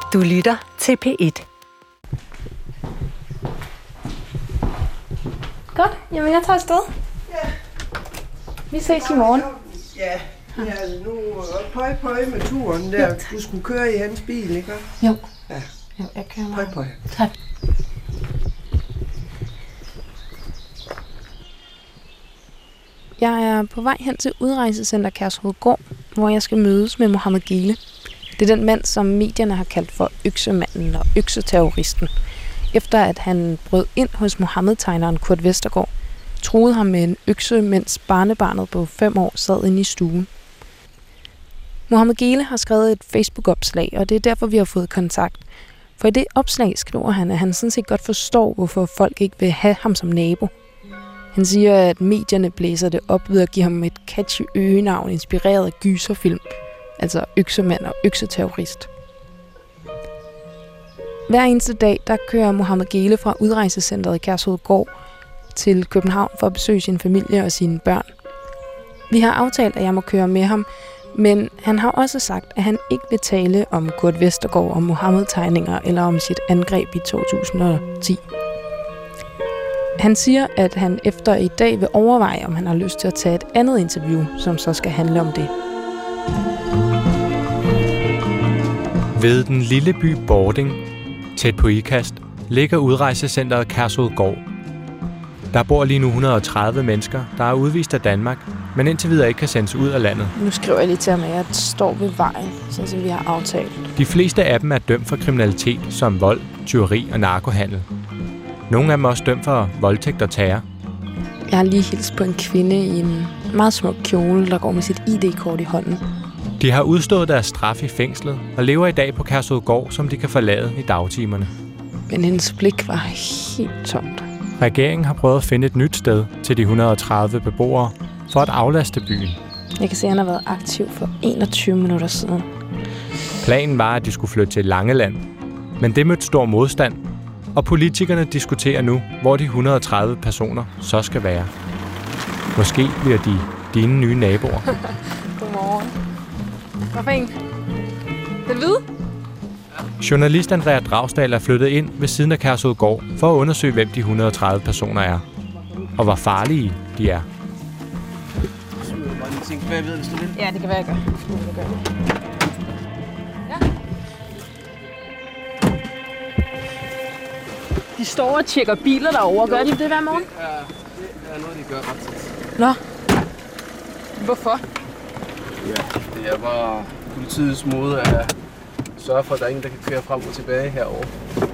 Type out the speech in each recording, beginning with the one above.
Du lytter til P1. Godt, jamen jeg tager afsted. Ja. Vi ses i morgen. Ja, nu pøj med turen der. Du skulle køre i hans bil, ikke? Jo. Ja. Jo, jeg kører meget. Pøj. Tak. Jeg er på vej hen til Udrejsecenter Kærshovedgård, hvor jeg skal mødes med Mohammed Geele. Det er den mand, som medierne har kaldt for øksemanden og økseterroristen, efter at han brød ind hos Mohammed-tegneren Kurt Vestergaard, truede ham med en økse, mens barnebarnet på 5 år sad inde i stuen. Mohammed Geele har skrevet et Facebook-opslag, og det er derfor, vi har fået kontakt. For i det opslag skriver han, at han sådan set godt forstår, hvorfor folk ikke vil have ham som nabo. Han siger, at medierne blæser det op ved at give ham et catchy øgenavn inspireret af gyserfilm, altså øksemand og økseterrorist. Hver eneste dag, der kører Mohammed Geele fra udrejsecentret i Kærshovedgård til København for at besøge sin familie og sine børn. Vi har aftalt, at jeg må køre med ham, men han har også sagt, at han ikke vil tale om Kurt Vestergaard og Mohammed-tegninger eller om sit angreb i 2010. Han siger, at han efter i dag vil overveje, om han har lyst til at tage et andet interview, som så skal handle om det. Ved den lille by Bording, tæt på Ikast, ligger udrejsecentret Kærshovedgård. Der bor lige nu 130 mennesker, der er udvist af Danmark, men indtil videre ikke kan sendes ud af landet. Nu skriver jeg lige til ham, at jeg står ved vejen, sådan som vi har aftalt. De fleste af dem er dømt for kriminalitet som vold, tyveri og narkohandel. Nogle af dem er også dømt for voldtægt og terror. Jeg har lige hilst på en kvinde i en meget smuk kjole, der går med sit ID-kort i hånden. De har udstået deres straf i fængslet og lever i dag på Kærshovedgård, som de kan forlade i dagtimerne. Men hendes blik var helt tomt. Regeringen har prøvet at finde et nyt sted til de 130 beboere for at aflaste byen. Jeg kan se, at han har været aktiv for 21 minutter siden. Planen var, at de skulle flytte til Langeland, men det mødte stor modstand, og politikerne diskuterer nu, hvor de 130 personer så skal være. Måske bliver de dine nye naboer. Godmorgen. Hvor fint. Den hvide? Journalist Andrea Dragsdahl er flyttet ind ved siden af Kærshovedgård for at undersøge, hvem de 130 personer er, og hvor farlige de er. Ja, det kan være, jeg gør. Ja. De står og tjekker biler derovre. Gør de det hver morgen? Det er noget, de gør ret tit. Nå. Hvorfor? Ja, det er bare politiets måde at sørge for, at der er ingen, der kan køre frem og tilbage herovre.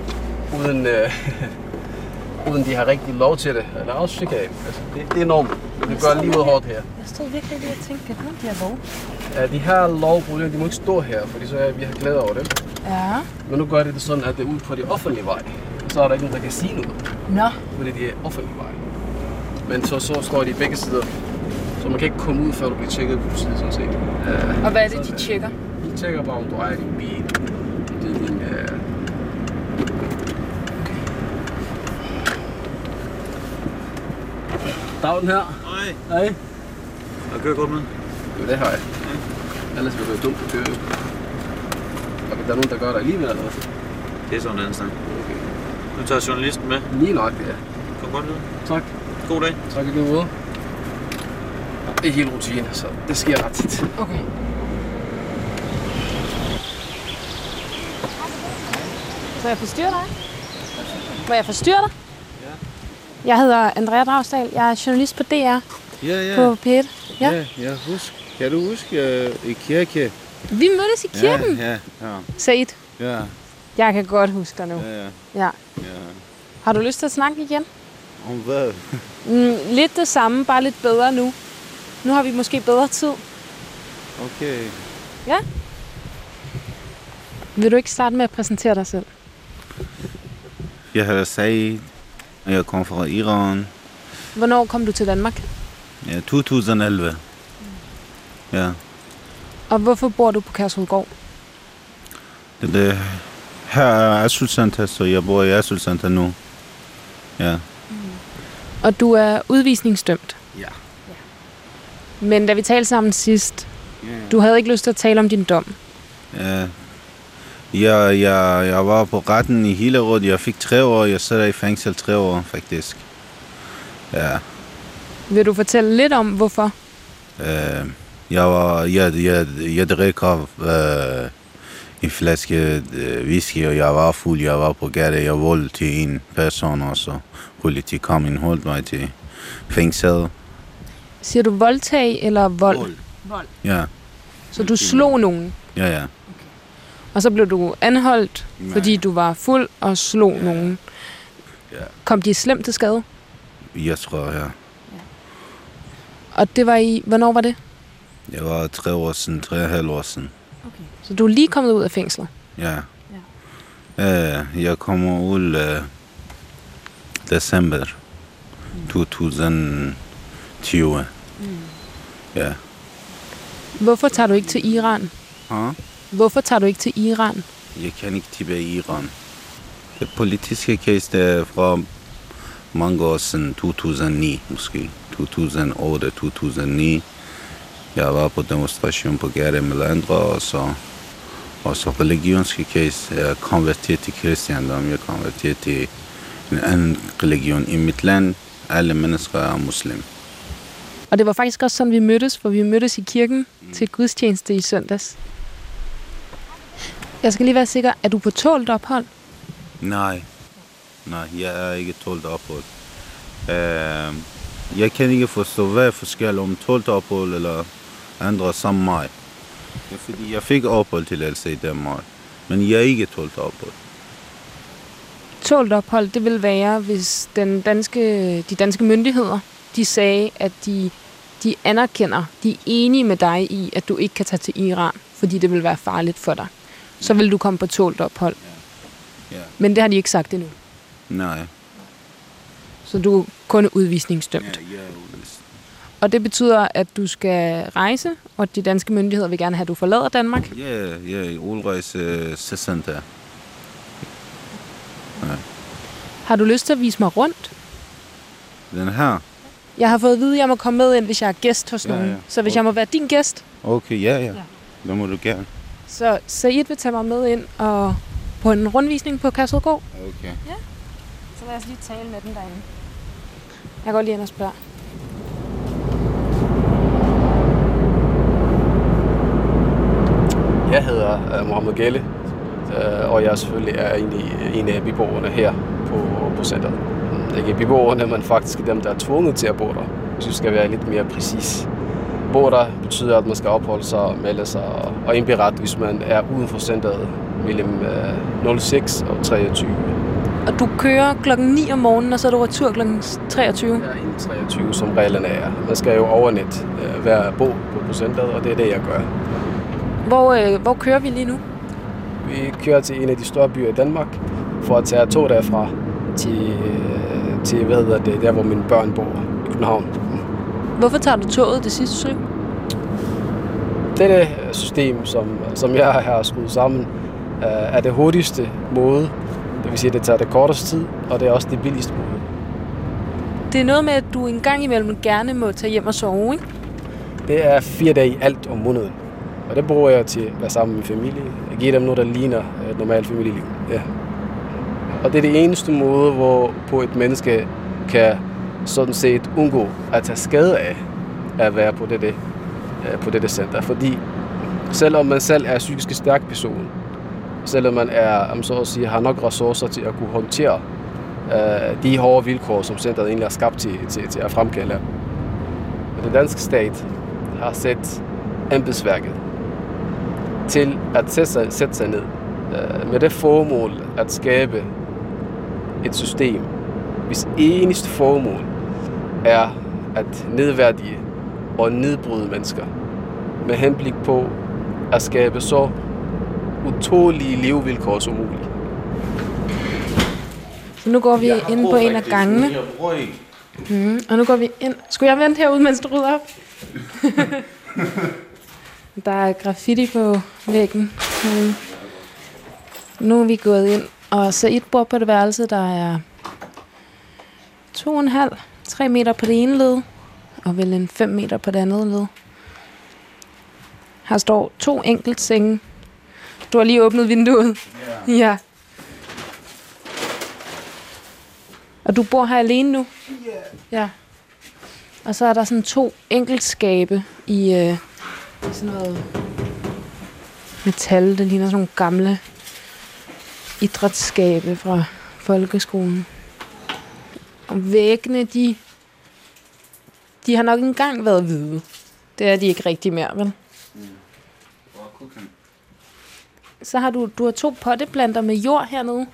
Uden de har rigtig lov til det. Eller også chikane. Altså, det er enormt. Det gør livet hårdt her. Jeg stod virkelig lige og tænkte, at de har lov. Ja, de har lovbrud, de må ikke stå her, fordi så vi har glæde over det. Ja. Men nu gør det sådan, at det er ud på de offentlige vej. Så er der ikke nogen, der kan sige noget. Nå. Fordi det er offentlige vej. Men så står de i begge sider. Så man kan ikke komme ud, før du bliver tjekket på politiet, sådan set. Og hvad er det, de tjekker? De tjekker bare, om du ejer din bil. Det er din... Dagen her. Hej. Hej. Har du kørt godt med? Jo, det har jeg. Ellers vil det være dumt at køre. Og der er nogen, der gør det alligevel eller hvad? Det er sådan en anden snak. Okay. Nu tager journalisten med. Lige nok, ja. Kom godt videre. Tak. God dag. Tak i lige måde. Det er helt rutine, så det sker ret tit. Okay. Må jeg forstyrre dig? Må jeg forstyrre dig? Ja. Jeg hedder Andrea Dragsdahl. Jeg er journalist på DR. Ja. På P1. Ja, kan du huske i kirke? Vi mødtes i kirken. Ja. Said. Ja. Jeg kan godt huske dig nu. Ja. Ja. Har du lyst til at snakke igen? Om hvad? Lidt det samme, bare lidt bedre nu. Nu har vi måske bedre tid. Okay. Ja. Vil du ikke starte med at præsentere dig selv? Jeg hedder Said, og jeg kommer fra Iran. Hvornår kom du til Danmark? Ja, 2011. Ja. Og hvorfor bor du på Kærshovedgård? Det her er asylcenter, så jeg bor i asylcenter nu. Ja. Og du er udvisningsdømt? Ja. Men da vi talte sammen sidst, du havde ikke lyst til at tale om din dom? Ja. Jeg var på retten i Hillerød. Jeg fik 3 år. Jeg sad i fængsel 3 år, faktisk. Ja. Vil du fortælle lidt om, hvorfor? Jeg drik en flaske whisky, og jeg var fuld. Jeg var på gade. Jeg voldte til en person, og så politiet kom og holdt mig til fængsel. Siger du voldtag eller vold? Vold. Ja. Så du slog nogen? Ja. Okay. Og så blev du anholdt, fordi du var fuld og slog nogen. Ja. Kom de slemt til skade? Jeg tror, ja. Og det var i... Hvornår var det? Det var 3 år siden, 3,5 år siden. Okay. Så du er lige kommet ud af fængslet? Ja. Jeg kommer ud december 2020. Ja. Hvorfor tager du ikke til Iran? Hvorfor tager du ikke til Iran? Jeg kan ikke tilbage i Iran. Det politiske case der fra mange år siden, 2009 måske. 2008, 2009. Jeg var på demonstration på gade med andre, og så religionske case. Jeg konverterede til kristendom, jeg konverterede til en anden religion i mit land. Alle mennesker er muslim. Og det var faktisk også sådan, vi mødtes, for vi mødtes i kirken til gudstjeneste i søndags. Jeg skal lige være sikker, er du på tålt ophold? Nej, jeg er ikke tålt ophold. Jeg kan ikke forstå, hvad er forskel om tålt ophold eller andre som mig. Fordi jeg fik opholdstilladelse i Danmark, men jeg er ikke tålt ophold. Tålt ophold, det vil være, hvis de danske myndigheder, de sagde, at de anerkender, de er enige med dig i, at du ikke kan tage til Iran, fordi det vil være farligt for dig. Så vil du komme på tålt ophold. Ja. Men det har de ikke sagt endnu. Nej. Så du er kun udvisningsdømt. Ja, jeg er udvist. Og det betyder, at du skal rejse, og de danske myndigheder vil gerne have, at du forlader Danmark? Ja, i udrejse center. Ja. Har du lyst til at vise mig rundt? Den her? Jeg har fået at vide, at jeg må komme med ind, hvis jeg er gæst hos nogen. Ja. Så hvis jeg må være din gæst? Okay, ja. Det må du gerne. Så Said vil tage mig med ind og på en rundvisning på Kærshovedgård. Okay. Ja. Så lad os lige tale med den derinde. Jeg går lige ind og spørger. Jeg hedder Mohammed Gelle, og jeg selvfølgelig er en af beboerne her på centret. Ikke beboerne, men faktisk dem, der er tvunget til at bo der, hvis vi skal være lidt mere præcis. Bo der betyder, at man skal opholde sig, melde sig og indberette, hvis man er uden for centret mellem 06 og 23. Og du kører klokken 9 om morgenen, og så er du retur klokken 23? Ja, inden 23, som reglerne er. Man skal jo overnat bo på centret, og det er det, jeg gør. Hvor kører vi lige nu? Vi kører til en af de større byer i Danmark, for at tage tog derfra til der, hvor mine børn bor, i København. Hvorfor tager du toget det sidste stykke? Dette system, som jeg har skruet sammen, er det hurtigste måde. Det vil sige, at det tager det korteste tid, og det er også det billigste måde. Det er noget med, at du en gang imellem gerne må tage hjem og sove, ikke? Det er 4 dage i alt om måneden. Og det bruger jeg til at være sammen med familie. Jeg giver dem noget, der ligner et normalt familieliv. Ja. Og det er det eneste måde, hvorpå et menneske kan sådan set undgå at tage skade af at være på dette center. Fordi selvom man selv er psykisk stærk person, selvom man har nok ressourcer til at kunne håndtere de hårde vilkår, som centret egentlig er skabt til at fremkalde. Den danske stat har sat embedsværket til at sætte sig ned med det formål at skabe et system, hvis eneste formål er at nedværdige og nedbryde mennesker med henblik på at skabe så utålige levevilkår som muligt. Så nu går vi ind på en af gangene. Og nu går vi ind. Skulle jeg vente herude, mens du rydder op? Der er graffiti på væggen. Nu er vi gået ind, og Said bor på det værelse, der er 2,5-3 meter på det ene led, og vel en 5 meter på det andet led. Her står 2 enkeltsenge, Du har lige åbnet vinduet. Ja. Og du bor her alene nu? Ja. Og så er der sådan 2 enkeltskabe i sådan noget metal. Det ligner sådan nogle gamle idrætsskabe fra folkeskolen. Og væggene, de har nok engang været hvide. Det er de ikke rigtig mere, vel? Så har du har 2 potteplanter med jord hernede.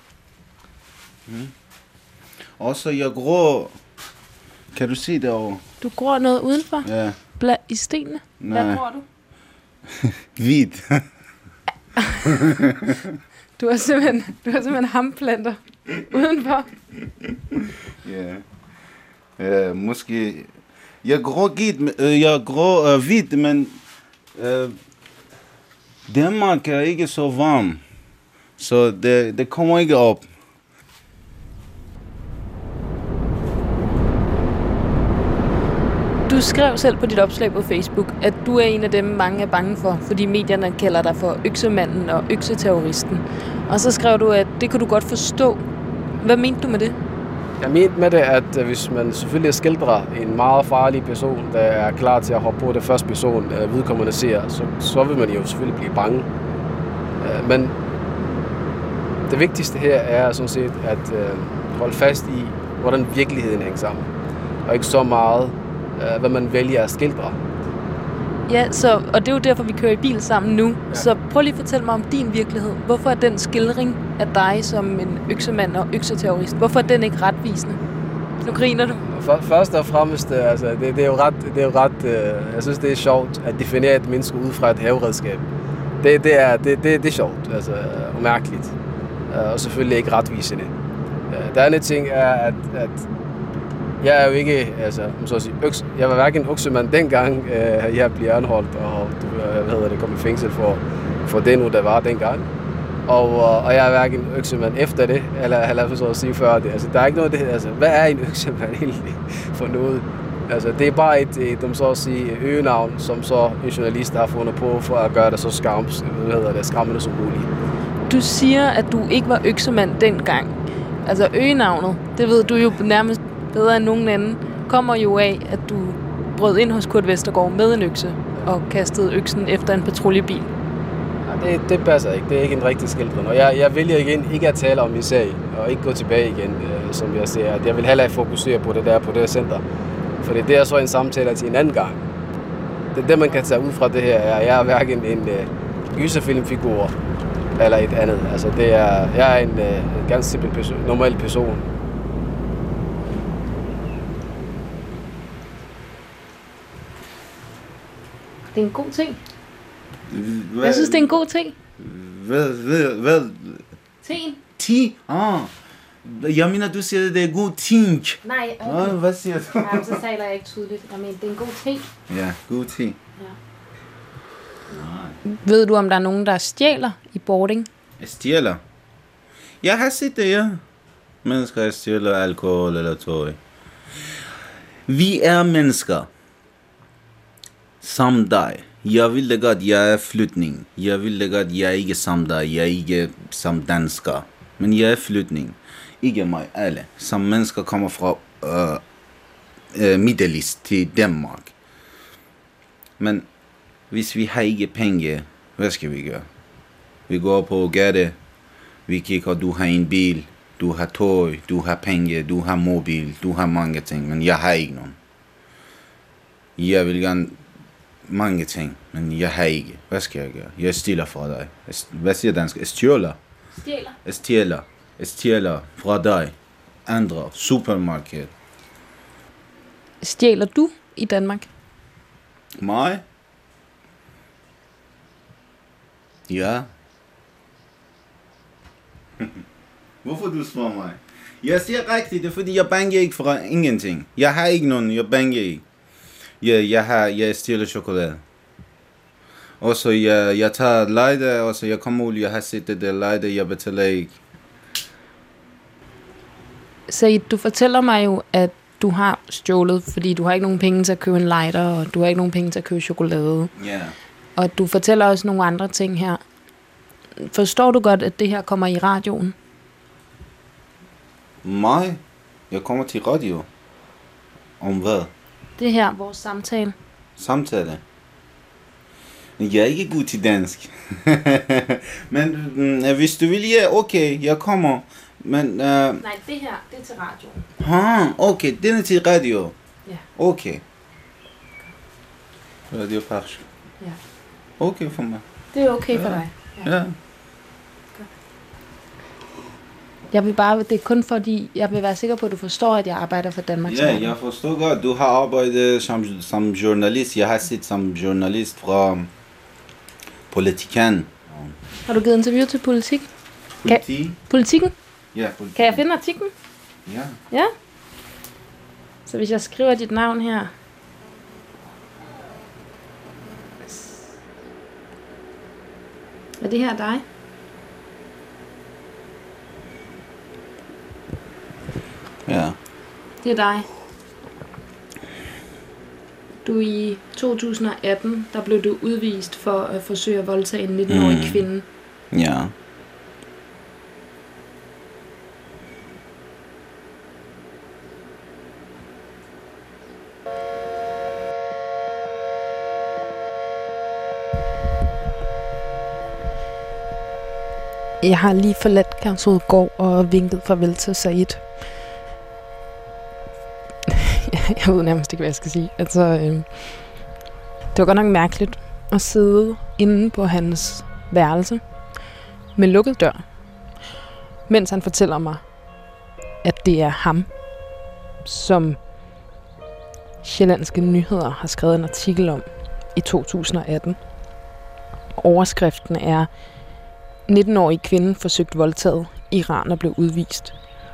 Og så jeg gror. Kan du se derovre? Du gror noget udenfor? Ja. I stenene? Nej. Hvad gror du? Hvid. Du har simpelthen hamplanter udenfor. Ja. Måske. Jeg gror hvid, men Danmark er ikke så varm. Så det kommer ikke op. Du skrev selv på dit opslag på Facebook, at du er en af dem, mange er bange for, fordi medierne kalder dig for øksemanden og økseterroristen. Og så skrev du, at det kunne du godt forstå. Hvad mente du med det? Jeg mente med det, at hvis man selvfølgelig skildrer en meget farlig person, der er klar til at hoppe på det første person, vedkommende ser, så vil man jo selvfølgelig blive bange. Men det vigtigste her er sådan set at holde fast i, hvordan virkeligheden hænger sammen. Og ikke så meget, hvad man vælger at skildre. Ja, og det er jo derfor, vi kører i bil sammen nu. Ja. Så prøv lige at fortælle mig om din virkelighed. Hvorfor er den skildring af dig som en øksemand og økseterrorist, hvorfor er den ikke retvisende? Nu griner du. Først og fremmest, altså, det er jo ret, jeg synes, det er sjovt at definere et menneske ud fra et haveredskab. Det er sjovt, altså, og mærkeligt. Og selvfølgelig ikke retvisende. Der anden ting er, at jeg er jo ikke, altså, så at sige, jeg var hverken øksemand dengang, jeg blev anholdt og kom i fængsel for det nu, der var dengang. Og jeg er hverken øksemand efter det, eller så at sige før det. Altså, der er ikke noget af det, altså, hvad er en øksemand egentlig for noget? Altså, det er bare et så at sige, øgenavn, som så en journalist har fundet på for at gøre det så skræmmende som muligt. Du siger, at du ikke var øksemand dengang. Altså, øgenavnet, det ved du jo nærmest bedre end nogen anden, kommer jo af, at du brød ind hos Kurt Vestergaard med en økse og kastede øksen efter en patruljebil. Ja, det passer ikke. Det er ikke en rigtig skildring. Og jeg vælger igen ikke at tale om min sag, og ikke gå tilbage igen, som jeg siger. At jeg vil heller ikke fokusere på det der på det center. For det er så en samtale til en anden gang. Det man kan tage ud fra det her, er, at jeg er hverken en gyserfilmfigur eller et andet. Altså, jeg er en ganske simpel person, normal person. Det er en god ting. Jeg synes, det er en god ting. Hvad? Ting? Ting? Jeg mener, du siger, det er god ting. Nej, okay. Hvad siger du? Nej, så taler jeg ikke tydeligt. Jeg mener, det er en god ting. Ja, god ting. Ja. Ved du, om der er nogen, der stjæler i Bording? Stjæler? Jeg har set det, ja. Mennesker stjæler alkohol eller tøj. Vi er mennesker. Som dig. Jeg vil det godt, jeg er flytning. Jeg vil det godt, jeg er ikke som dig. Jeg er ikke som dansker. Men jeg er flytning. Ikke mig, alle. Som mennesker kommer fra Middelist til Danmark. Men hvis vi har ikke penge, hvad skal vi gøre? Vi går på gade. Vi kigger, du har en bil. Du har tøj. Du har penge. Du har mobil. Du har mange ting. Men jeg har ikke nogen. Jeg vil gerne mange ting, men jeg har ikke. Hvad skal jeg gøre? Jeg stjæler fra dig. Hvad siger dansk? Stjæler. Stjæler fra dig. Andre. Supermarked. Stjæler du i Danmark? Mig? Ja. Hvorfor du spørger mig? Jeg siger rigtigt, det er fordi jeg banker ikke fra ingenting. Jeg har ikke nogen, jeg banker ikke. Jeg stjæler chokolade. Og så jeg tager lejde, og så jeg kommer ud, jeg har set det der lejde, jeg betaler ikke. Said, du fortæller mig jo, at du har stjålet, fordi du har ikke nogen penge til at købe en lighter, og du har ikke nogen penge til at købe chokolade. Ja. Og du fortæller også nogle andre ting her. Forstår du godt, at det her kommer i radioen? Mig? Jeg kommer til radio. Om hvad? Det her, vores samtale. Samtale? Jeg er ikke god til dansk. Men hvis du vil, ja, okay, jeg kommer. Men, Nej, det her, det er til radioen. Okay, den er til radio. Ja. Okay. Radio Pars. Ja. Okay for mig. Det er okay for dig. Ja. Jeg vil bare, det er kun fordi, jeg vil være sikker på, at du forstår, at jeg arbejder for Danmark. Ja, jeg forstår godt. Du har arbejdet som journalist. Jeg har set som journalist fra Politiken. Har du givet interview til Politik? Politikken? Ja, Politiken. Kan jeg finde artiklen? Ja. Ja. Så hvis jeg skriver dit navn her. Er det her dig? Ja. Det er dig. Du i 2018, der blev du udvist for at forsøge at voldtage en 19-årig kvinde. Ja. Jeg har lige forladt Kærshovedgård og vinket farvel til Said. Jeg ved nærmest ikke, hvad jeg skal sige. Altså, det var godt nok mærkeligt at sidde inde på hans værelse med lukket dør, mens han fortæller mig, at det er ham, som Sjællandske Nyheder har skrevet en artikel om i 2018. Overskriften er 19-årig kvinde forsøgt voldtaget. Iran blev udvist.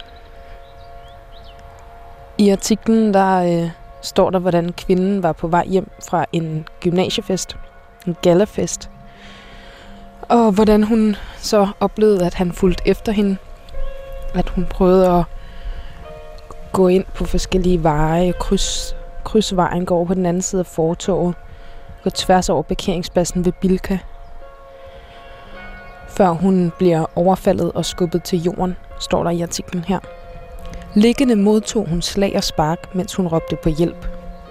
I artiklen der står der, hvordan kvinden var på vej hjem fra en gymnasiefest, en gallafest, og hvordan hun så oplevede, at han fulgte efter hende, at hun prøvede at gå ind på forskellige veje, krydse vejen, gå over på den anden side af fortovet, gå tværs over parkeringspladsen ved Bilka, før hun bliver overfaldet og skubbet til jorden, står der i artiklen her. Liggende modtog hun slag og spark, mens hun råbte på hjælp.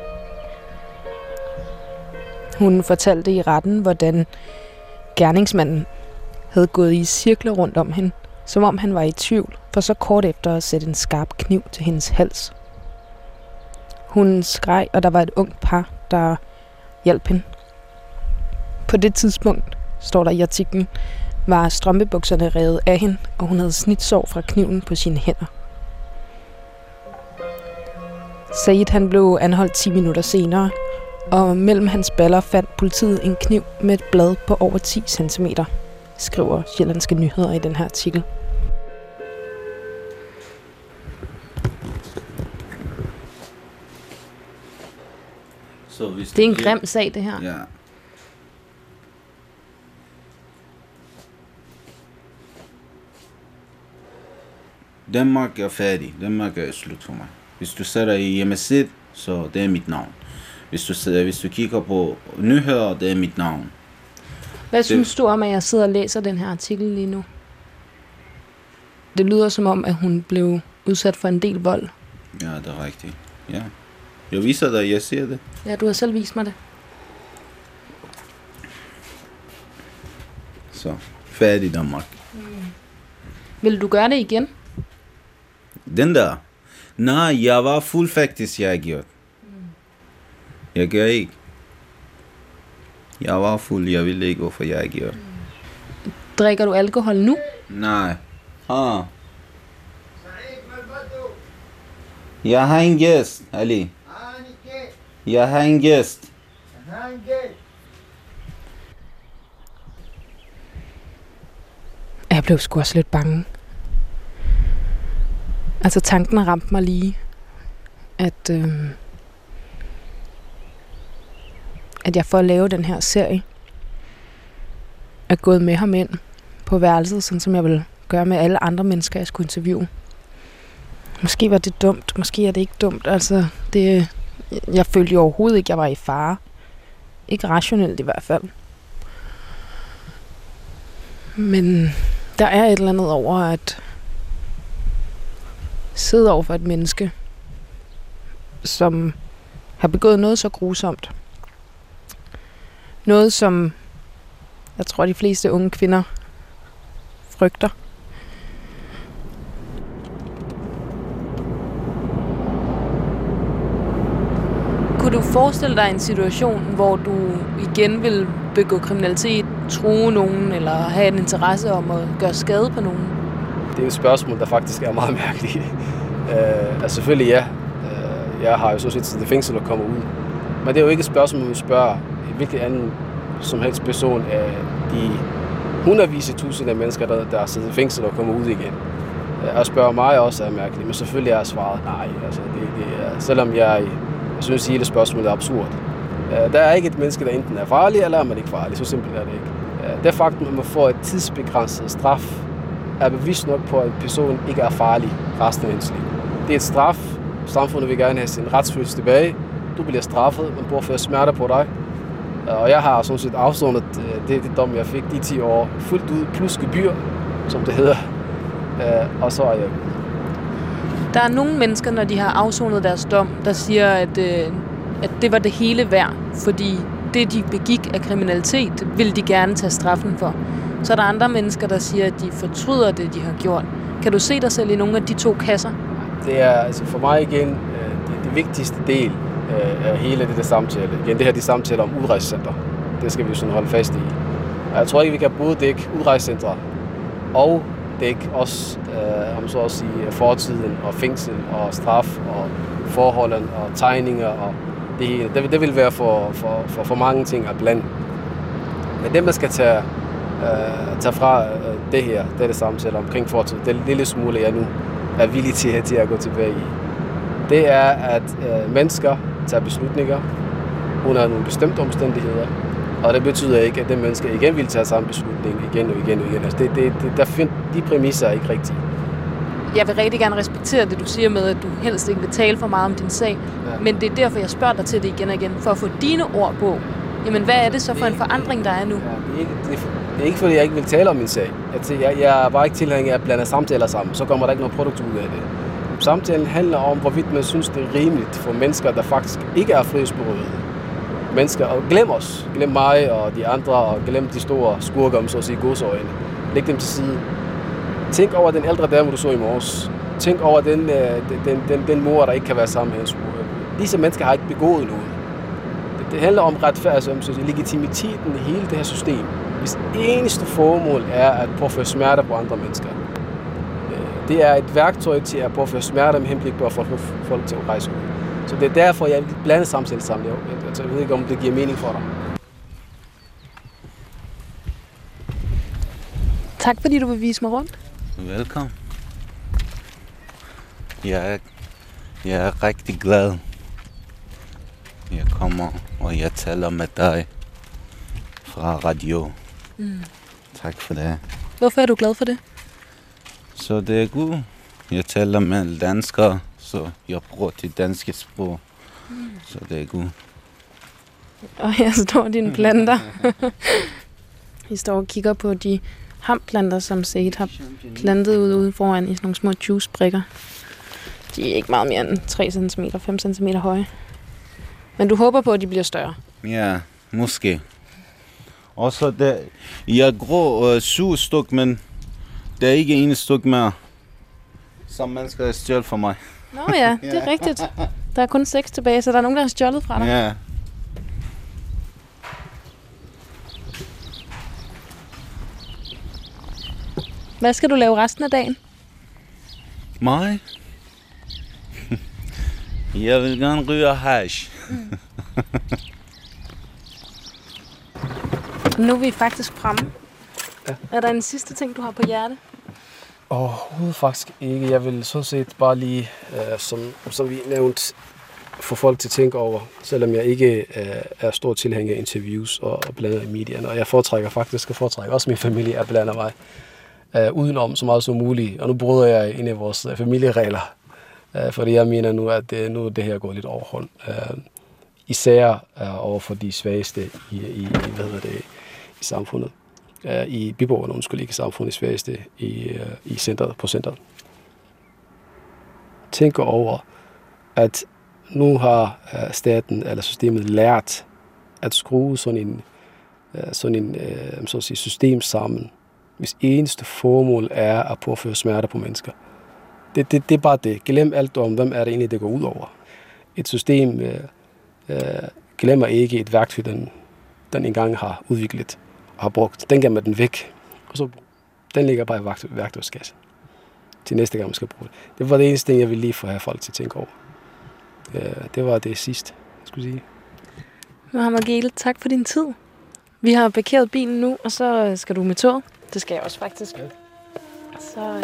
Hun fortalte i retten, hvordan gerningsmanden havde gået i cirkler rundt om hende, som om han var i tvivl, for så kort efter at sætte en skarp kniv til hendes hals. Hun skreg, og der var et ungt par, der hjalp hende. På det tidspunkt, står der i artiklen, var strømpebukserne revet af hende, og hun havde snitsår fra kniven på sine hænder. Said han blev anholdt 10 minutter senere, og mellem hans baller fandt politiet en kniv med et blad på over 10 cm, skriver Sjællandske Nyheder i den her artikel. Så hvis det er en grim sag, det her. Ja. Danmark er færdig. Danmark er slut for mig. Hvis du sætter i hjemmeside, så det er mit navn. Hvis du kigger på nyheder, det er mit navn. Hvad synes du om, at jeg sidder og læser den her artikel lige nu? Det lyder som om, at hun blev udsat for en del vold. Ja, det er rigtigt. Ja. Jeg viser dig, jeg ser det. Ja, du har selv vist mig det. Så, færdig Danmark. Vil du gøre det igen? Den der? Nej, jeg var fuld faktisk, jeg har gjort. Jeg gør ikke. Jeg var fuld, jeg ville ikke, hvorfor jeg har gjort. Drikker du alkohol nu? Nej. Jeg har en gæst, Ali. Jeg har en gæst. Jeg blev sgu også lidt bange. Altså tanken ramte mig lige, at jeg for at lave den her serie er gået med ham ind på værelset, sådan som jeg ville gøre med alle andre mennesker, jeg skulle interviewe. Måske var det dumt, måske er det ikke dumt. Altså, jeg følte jo overhovedet ikke, jeg var i fare. Ikke rationelt i hvert fald. Men der er et eller andet over at sidde over for et menneske, som har begået noget så grusomt. Noget, som jeg tror, de fleste unge kvinder frygter. Kunne du forestille dig en situation, hvor du igen vil begå kriminalitet, true nogen, eller have en interesse om at gøre skade på nogen? Det er et spørgsmål, der faktisk er meget mærkeligt. Altså selvfølgelig ja. Jeg har jo så set til fængsel og kommer ud. Men det er jo ikke et spørgsmål, man spørger hvilken anden som helst person af de hundredvis af tusinder af mennesker, der sidder i fængsel og kommer ud igen. At spørge mig også er mærkeligt, men selvfølgelig er svaret nej. Altså, det er, selvom jeg synes, at hele spørgsmålet er absurd. Der er ikke et menneske, der enten er farlig, eller er man ikke farlig. Så simpelt er det ikke. Det faktum, at man får et tidsbegrænset straf, er bevis nok på, at personen ikke er farlig resten af ens liv. Det er et straf. Samfundet vil gerne have sin retsfølelse tilbage. Du bliver straffet, man påfører smerter på dig. Og jeg har sådan set afsonet det dom, jeg fik de 10 år fuldt ud, plus gebyr, som det hedder. Og så er jeg. Der er nogle mennesker, når de har afsonet deres dom, der siger, at det var det hele værd, fordi det, de begik af kriminalitet, vil de gerne tage straffen for. Så er der andre mennesker, der siger, at de fortryder det, de har gjort. Kan du se dig selv i nogle af de to kasser? Det er altså for mig igen det vigtigste del af hele det der samtale. Igen, det her de samtaler om udrejsecenter. Det skal vi jo sådan holde fast i. Jeg tror ikke, vi kan både dække udrejsecentre og dække også, om så at sige, fortiden og fængsel og straf og forholdene og tegninger og det hele. Det vil være for mange ting at blande. Men det, man skal tage fra det her, det er det samtale omkring fortid, det lille smule, jeg nu er villig til at gå tilbage i. Det er, at mennesker tager beslutninger under nogle bestemte omstændigheder, og det betyder ikke, at den mennesker igen vil tage samme beslutning igen og igen og igen. Altså de præmisser er ikke rigtige. Jeg vil rigtig gerne respektere det, du siger med, at du helst ikke vil tale for meget om din sag, men det er derfor, jeg spørger dig til det igen og igen, for at få dine ord på. Jamen, hvad er det så for en forandring, der er nu? Det er ikke, fordi jeg ikke vil tale om min sag. Jeg er bare ikke tilhænger af at blande samtaler sammen, så kommer der ikke noget produkt ud af det. Samtalen handler om, hvorvidt man synes, det er rimeligt for mennesker, der faktisk ikke er frihedsberøvede. Mennesker, og glem os. Glem mig og de andre, og glem de store skurker, om så at sige, godsøjne. Læg dem til side. Tænk over den ældre dame, du så i morges. Tænk over den mor, der ikke kan være sammen med hendes mor. Disse mennesker har ikke begået noget. Det handler om retfærdighed, om legitimiteten i hele det her system. Hvis eneste formål er at påføre smerter på andre mennesker. Det er et værktøj til at påføre smerter med henblik på at få folk til at rejse ud. Så det er derfor, jeg vil blande samtale sammen. Jeg ved ikke, om det giver mening for dig. Tak, fordi du vil vise mig rundt. Velkommen. Jeg er rigtig glad. Jeg kommer, og jeg taler med dig fra radio. Tak for det. Hvorfor er du glad for det? Så det er godt. Jeg taler med danskere, så jeg bruger det danske sprog. Så det er godt. Og her står dine planter. Vi står og kigger på de hamplanter, som Said har plantet ude foran i sådan nogle små juicebrikker. De er ikke meget mere end 3 cm, 5 cm høje. Men du håber på, at de bliver større? Ja, måske. Og så der, jeg grå 7 styk, men der er ikke en styk mere, som man skal stjæle for mig. Nå ja, det er rigtigt. Der er kun 6 tilbage, så der er nogen, der har stjålet fra dig. Ja. Hvad skal du lave resten af dagen? Mig? Jeg vil gerne ryge hash. Nu er vi faktisk fremme. Ja. Er der en sidste ting, du har på hjerte? Overhovedet faktisk ikke. Jeg vil sådan set bare lige, som vi nævnte, få folk til at tænke over, selvom jeg ikke er stor tilhænger af interviews og blander i medierne. Og jeg foretrækker også min familie at blande mig udenom så meget som muligt. Og nu bryder jeg ind i vores familieregler, fordi jeg mener nu, at nu det her går lidt overhånd. Især over for de svageste i samfundet. i biboerne, ikke samfund i svageste i centret, på centret. Tænker over, at nu har staten eller systemet lært at skrue sådan en system sammen, hvis eneste formål er at påføre smerter på mennesker. Det er bare det. Glem alt om, hvem er det egentlig, det går ud over. Et system glemmer ikke et værktøj, den engang har udviklet og har brugt. Den gemmer den væk, og så den ligger bare i værktøjskassen til næste gang, man skal bruge det. Det var det eneste ting, jeg ville lige få have folk til at tænke over. Det var det sidste, jeg skulle sige. Mohammed Geele, tak for din tid. Vi har parkeret bilen nu, og så skal du med toget. Det skal jeg også faktisk. Ja. Så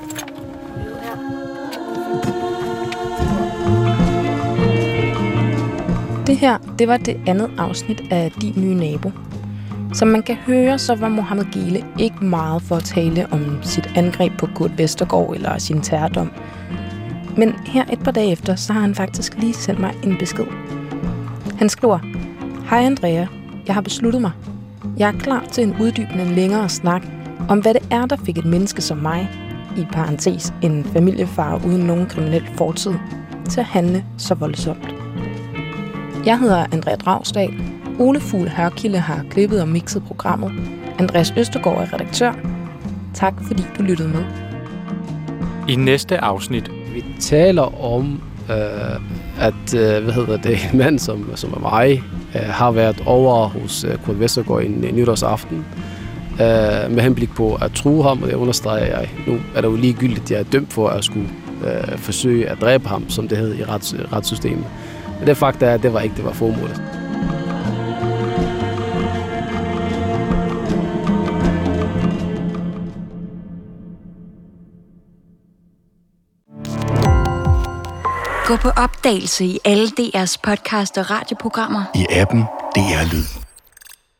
det her, det var det andet afsnit af Din nye nabo. Som man kan høre, så var Mohammed Geele ikke meget for at tale om sit angreb på Kurt Vestergaard eller sin terrordom. Men her et par dage efter, så har han faktisk lige sendt mig en besked. Han skriver: Hej Andrea, jeg har besluttet mig. Jeg er klar til en uddybende længere snak om, hvad det er, der fik et menneske som mig, i parentes en familiefar uden nogen kriminel fortid, til at handle så voldsomt. Jeg hedder Andrea Dragsdal. Ole Fugl Hørkilde har klippet og mixet programmet. Andreas Østergaard er redaktør. Tak fordi du lyttede med. I næste afsnit. Vi taler om, at en mand som er mig, har været over hos Kurt Vestergaard en nytårsaften, med henblik på at true ham, og det understreger jeg. Nu er det jo ligegyldigt, at jeg er dømt for at skulle forsøge at dræbe ham, som det hed i retssystemet. Men det faktum er, at det var formålet. Gå på opdagelse i alle DR's podcast og radioprogrammer. I appen DR Lyd.